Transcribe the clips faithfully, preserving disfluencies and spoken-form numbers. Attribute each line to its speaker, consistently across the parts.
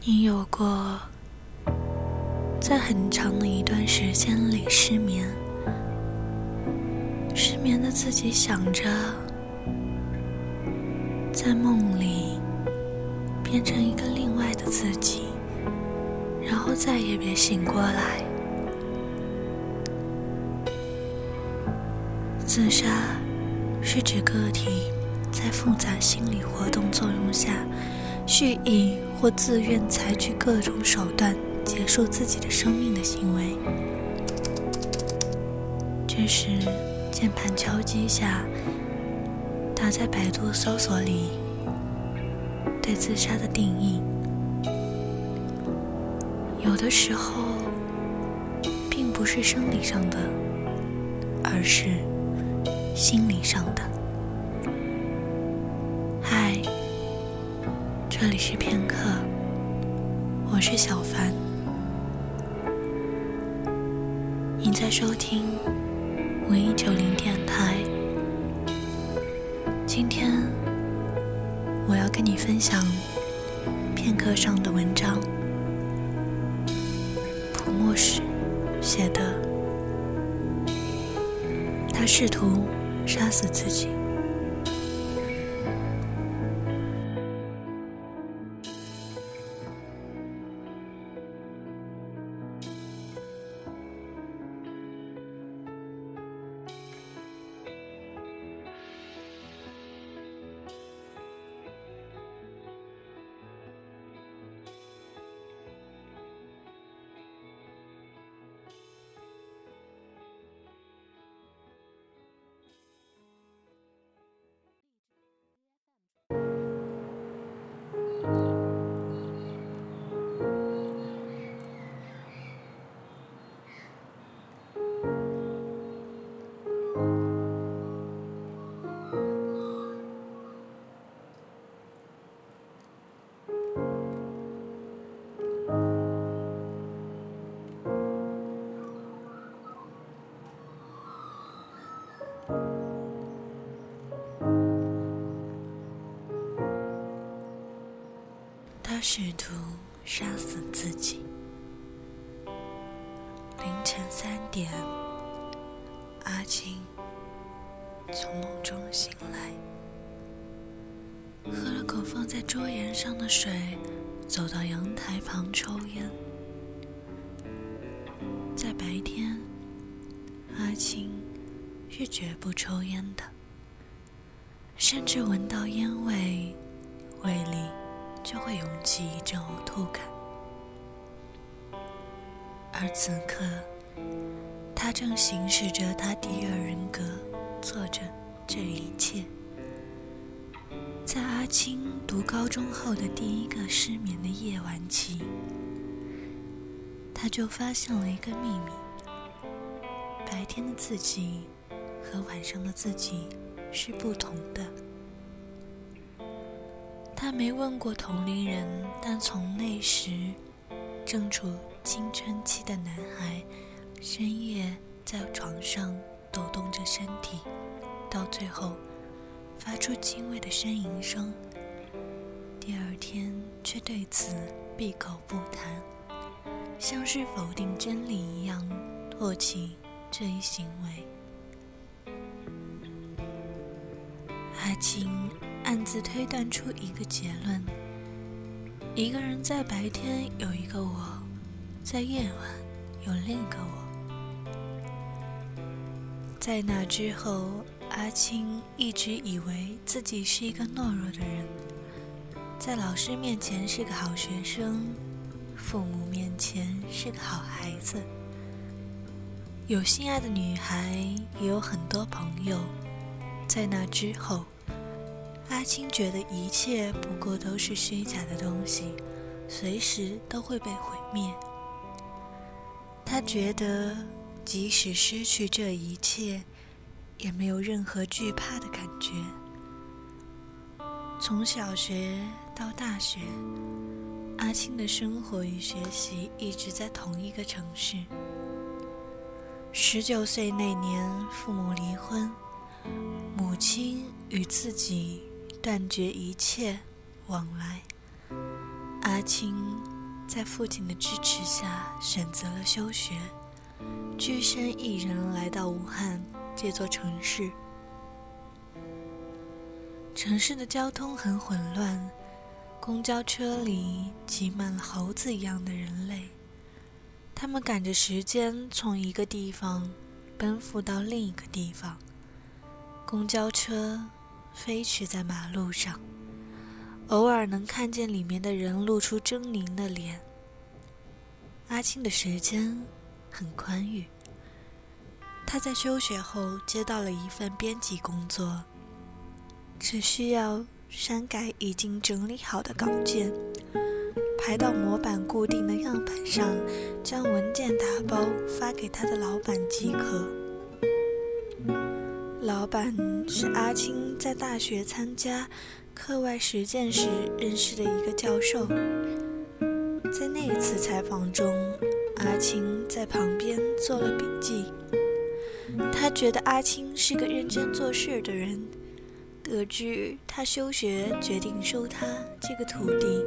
Speaker 1: 你有过在很长的一段时间里失眠，失眠的自己想着在梦里变成一个另外的自己，然后再也别醒过来。自杀是指个体在复杂心理活动作用下，蓄意或自愿采取各种手段结束自己的生命的行为。这时键盘敲击下，打在百度搜索里对自杀的定义，有的时候并不是生理上的，而是心理上的。嗨，这里是片刻，我是小凡，你在收听文艺九零电台。今天我要跟你分享片刻上的文章，蒲默氏写的，他试图杀死自己。他试图杀死自己。凌晨三点，阿青从梦中醒来，喝了口放在桌沿上的水，走到阳台旁抽烟。在白天，阿青是绝不抽烟的，甚至闻到烟味，胃里就会涌起一阵呕吐感。而此刻，他正行使着他第二人格，做着这一切。在阿青读高中后的第一个失眠的夜晚起，他就发现了一个秘密：白天的自己和晚上的自己是不同的。他没问过同龄人，但从那时正处青春期的男孩深夜在床上抖动着身体，到最后发出轻微的呻吟声，第二天却对此闭口不谈，像是否定真理一样唾弃这一行为。阿青暗自推断出一个结论：一个人在白天有一个我，在夜晚有另一个我。在那之后，阿青一直以为自己是一个懦弱的人，在老师面前是个好学生，父母面前是个好孩子，有心爱的女孩，也有很多朋友。在那之后，阿青觉得一切不过都是虚假的东西，随时都会被毁灭。他觉得即使失去这一切，也没有任何惧怕的感觉。从小学到大学，阿青的生活与学习一直在同一个城市。十九岁那年，父母离婚，母亲与自己断绝一切往来。阿青在父亲的支持下选择了休学，只身一人来到武汉这座城市。城市的交通很混乱，公交车里挤满了猴子一样的人类，他们赶着时间从一个地方奔赴到另一个地方。公交车飞驰在马路上，偶尔能看见里面的人露出狰狞的脸。阿青的时间很宽裕，他在休学后接到了一份编辑工作，只需要删改已经整理好的稿件，排到模板固定的样板上，将文件打包发给他的老板即可。老板是阿青在大学参加课外实践时认识的一个教授。在那一次采访中，阿青在旁边做了笔记。他觉得阿青是个认真做事的人，得知他休学，决定收他这个徒弟。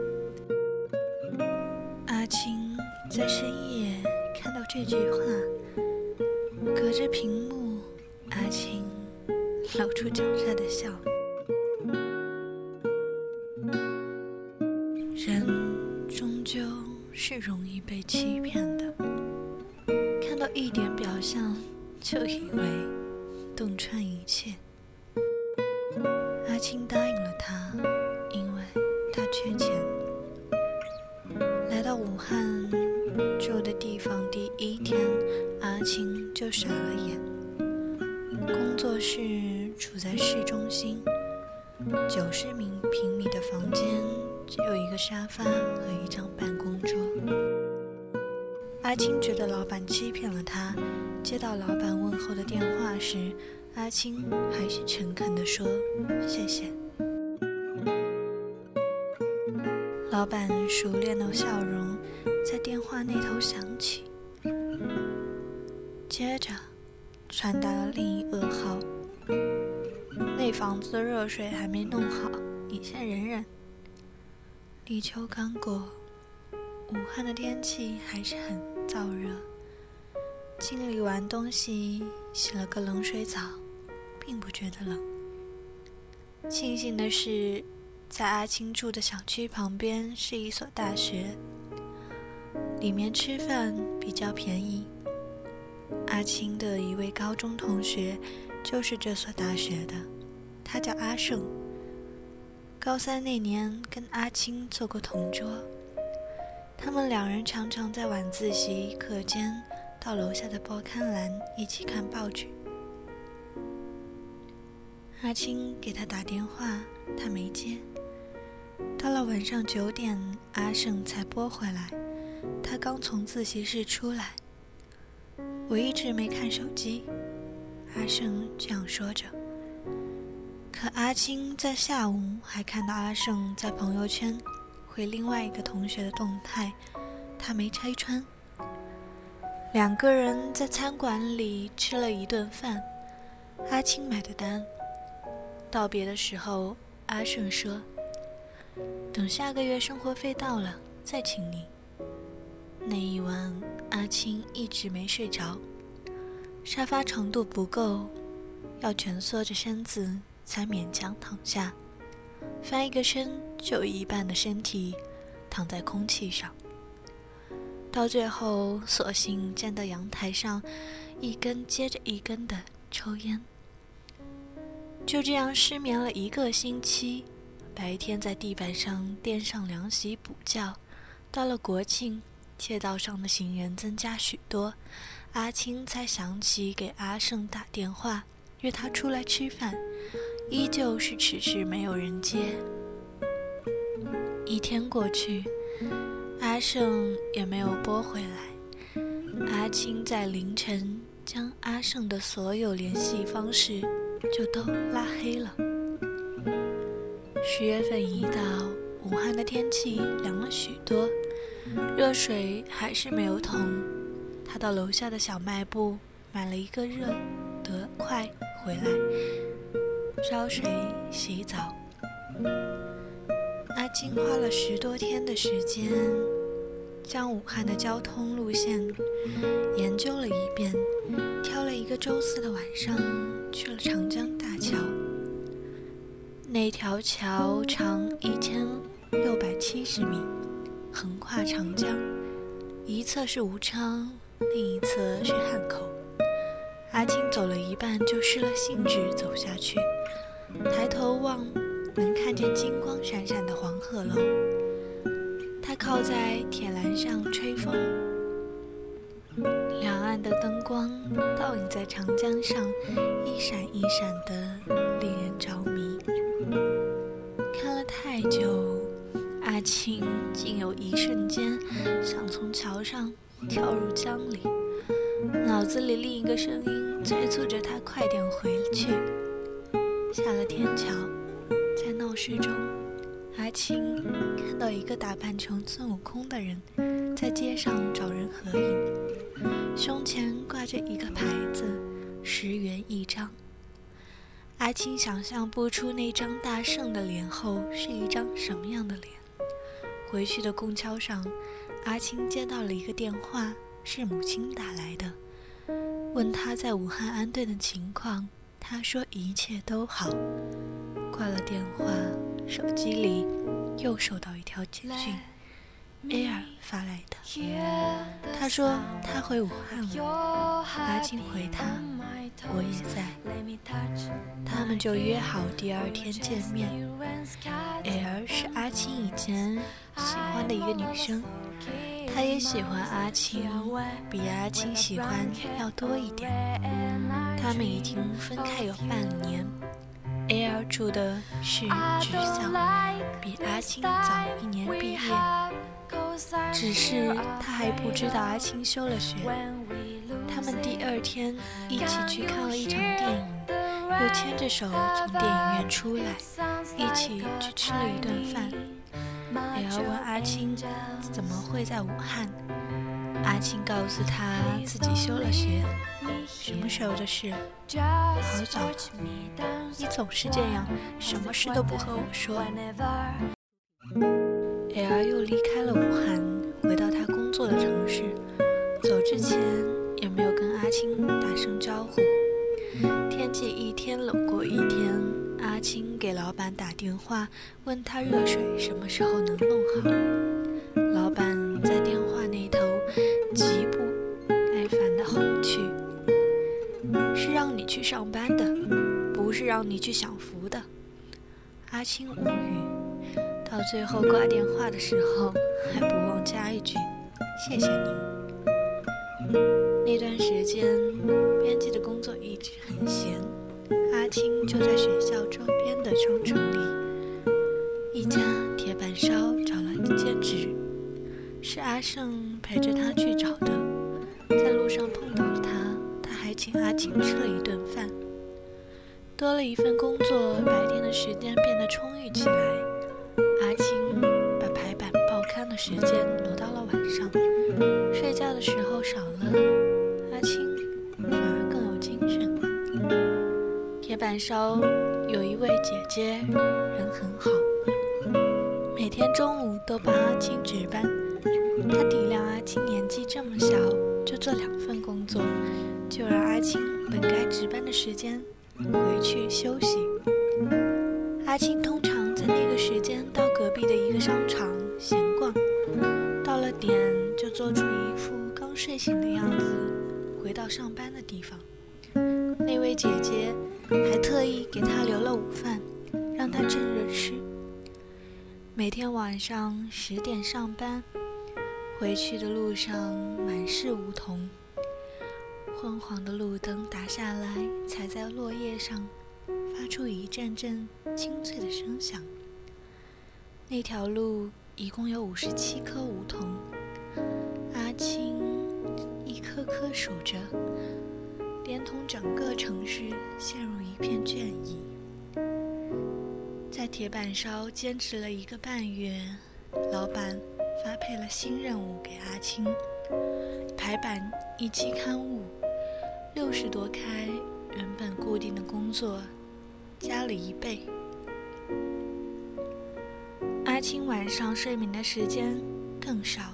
Speaker 1: 阿青在深夜看到这句话，隔着屏幕，阿青露出狡诈的笑。人终究是容易被欺骗的，看到一点表象就以为洞穿一切。阿青答应了他，因为他缺钱。来到武汉住的地方第一天，阿青就傻了眼。工作室处在市中心，九十平米的房间只有一个沙发和一张办公桌。阿青觉得老板欺骗了他，接到老板问候的电话时，阿青还是诚恳地说谢谢。老板熟练的笑容在电话那头响起，接着传达了另一噩耗：那房子的热水还没弄好，你先忍忍。立秋刚过，武汉的天气还是很燥热。清理完东西，洗了个冷水澡，并不觉得冷。庆幸的是，在阿青住的小区旁边是一所大学，里面吃饭比较便宜。阿青的一位高中同学就是这所大学的，他叫阿胜。高三那年跟阿青做过同桌，他们两人常常在晚自习课间到楼下的报刊栏一起看报纸。阿青给他打电话，他没接。到了晚上九点，阿胜才拨回来，他刚从自习室出来。我一直没看手机，阿胜这样说着。可阿青在下午还看到阿胜在朋友圈回另外一个同学的动态，他没拆穿。两个人在餐馆里吃了一顿饭，阿青买的单。道别的时候，阿胜说：“等下个月生活费到了再请你。”那一晚，阿青一直没睡着，沙发长度不够，要蜷缩着身子才勉强躺下，翻一个身就有一半的身体躺在空气上。到最后，索性站到阳台上，一根接着一根的抽烟。就这样失眠了一个星期，白天在地板上垫上凉席补觉。到了国庆，街道上的行人增加许多，阿青才想起给阿胜打电话，约他出来吃饭，依旧是迟迟没有人接。一天过去，阿胜也没有拨回来。阿青在凌晨将阿胜的所有联系方式就都拉黑了。十月份一到，武汉的天气凉了许多，热水还是没有桶。他到楼下的小卖部买了一个热得快回来，烧水洗澡。阿青花了十多天的时间将武汉的交通路线研究了一遍，挑了一个周四的晚上去了长江大桥。那条桥长一千六百七十米，横跨长江，一侧是武昌，另一侧是汉口。阿青走了一半就失了兴致走下去，抬头望，能看见金光闪闪的黄鹤楼。他靠在铁栏上吹风，两岸的灯光倒映在长江上，一闪一闪的，令人着迷。看了太久，阿青竟有一瞬间想从桥上跳入江里，脑子里另一个声音催促着他快点回去。下了天桥，在闹市中，阿青看到一个打扮成孙悟空的人在街上找人合影，胸前挂着一个牌子，十元一张。阿青想象不出那张大圣的脸后是一张什么样的脸。回去的公交上，阿青接到了一个电话，是母亲打来的，问他在武汉安顿的情况，他说一切都好。挂了电话，手机里又收到一条简讯 ，A 尔发来的。他说他回武汉了，阿青回他，我也在。他们就约好第二天见面。A 尔是阿青以前喜欢的一个女生，她也喜欢阿青，比阿青喜欢要多一点。他们已经分开有半年。A 尔住的是职校，比阿青早一年毕业，只是他还不知道阿青休了学。他们第二天一起去看了一场电影，又牵着手从电影院出来，一起去吃了一顿饭。A 尔问阿青怎么会在武汉，阿青告诉他自己休了学。什么时候的事？好早。你总是这样，什么事都不和我说。A 尔又离开了武汉，回到他工作的城市，走之前也没有跟阿青打声招呼。天气一天冷过一天，阿青给老板打电话，问他热水什么时候能弄好。老板在电话那头极不耐烦地吼去：是让你去上班的，不是让你去享福的。阿青无语，到最后挂电话的时候还不忘加一句：谢谢您。那段时间编辑的工作一直很闲，阿青就在学校周边的商城里一家铁板烧找了兼职，是阿胜陪着他去找的。在路上碰到了他，他还请阿青吃了一顿饭。多了一份工作，白天的时间变得充裕起来。阿青把排版报刊的时间挪到了晚上，睡觉的时候少了，阿青反而更有精神。铁板烧有一位姐姐，人很好，每天中午都帮阿青值班。她体谅阿青年纪这么小，就做两份工作，就让阿青本该值班的时间回去休息。阿青通常在那个时间到隔壁的一个商场闲逛，到了点就做出一副刚睡醒的样子，回到上班的地方。那位姐姐还特意给他留了午饭，让他趁热吃。每天晚上十点上班，回去的路上满是梧桐，昏黄的路灯打下来，踩在落叶上，发出一阵阵清脆的声响。那条路一共有五十七棵梧桐，阿青一颗颗数着，连同整个城市陷入一片倦意。在铁板烧坚持了一个半月，老板发配了新任务给阿青，排版一期刊物，六十多开原本固定的工作加了一倍。阿青晚上睡眠的时间更少，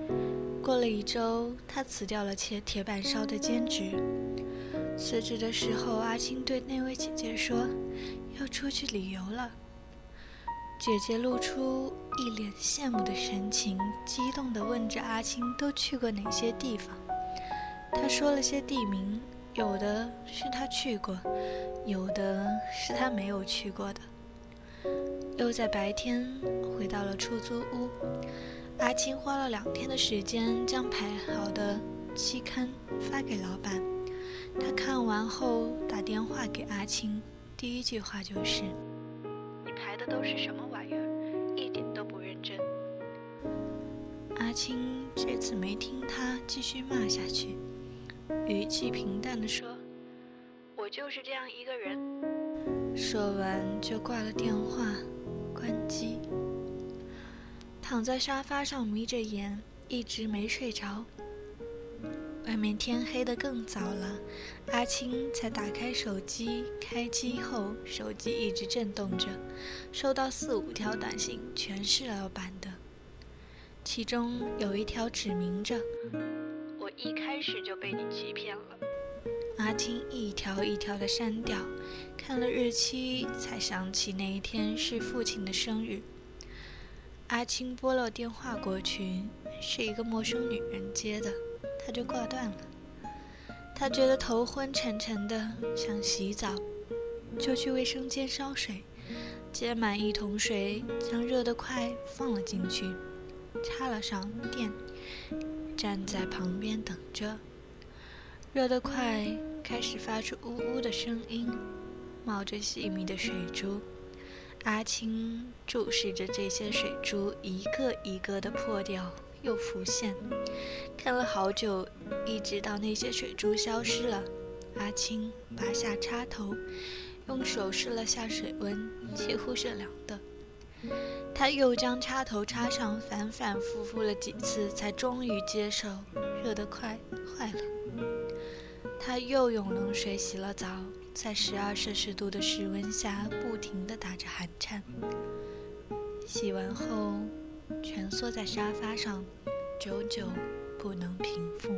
Speaker 1: 过了一周，他辞掉了切铁板烧的兼职。辞职的时候，阿青对那位姐姐说要出去旅游了。姐姐露出一脸羡慕的神情，激动地问着阿青都去过哪些地方。他说了些地名，有的是他去过，有的是他没有去过的。又在白天回到了出租屋，阿青花了两天的时间将排好的期刊发给老板。他看完后打电话给阿青，第一句话就是：“你排的都是什么玩意儿？一点都不认真。”阿青这次没听他继续骂下去，语气平淡地说：“我就是这样一个人。”说完就挂了电话，关机。躺在沙发上眯着眼，一直没睡着。外面天黑得更早了，阿青才打开手机，开机后手机一直震动着，收到四五条短信，全是老板的。其中有一条指明着：“我一开始就被你欺骗了。”阿青一条一条的删掉，看了日期才想起那一天是父亲的生日。阿青拨了电话过去，是一个陌生女人接的，他就挂断了。他觉得头昏沉沉的，想洗澡，就去卫生间烧水，接满一桶水，将热得快放了进去，插了上电，站在旁边等着。热得快开始发出呜呜的声音，冒着细密的水珠。阿青注视着这些水珠一个一个的破掉又浮现，看了好久，一直到那些水珠消失了。阿青拔下插头，用手试了下水温，几乎是凉的。他又将插头插上，反反复复了几次，才终于接受热得快坏了。他又用冷水洗了澡，在十二摄氏度的室温下不停地打着寒颤。洗完后蜷缩在沙发上，久久不能平复。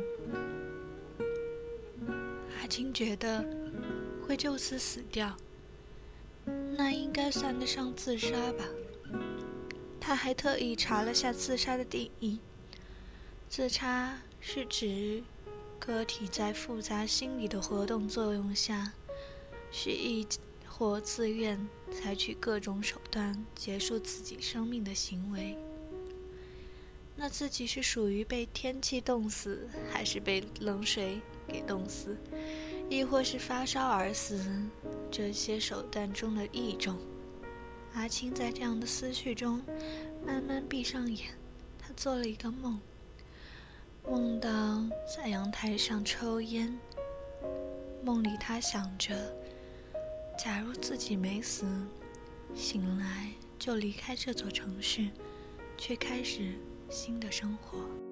Speaker 1: 阿青觉得会就此死掉，那应该算得上自杀吧。他还特意查了下自杀的定义，自杀是指个体在复杂心理的活动作用下，蓄意或自愿采取各种手段结束自己生命的行为。那自己是属于被天气冻死，还是被冷水给冻死，亦或是发烧而死，这些手段中的一种。阿青在这样的思绪中慢慢闭上眼，他做了一个梦，梦到在阳台上抽烟。梦里他想着，假如自己没死，醒来就离开这座城市，去开始新的生活。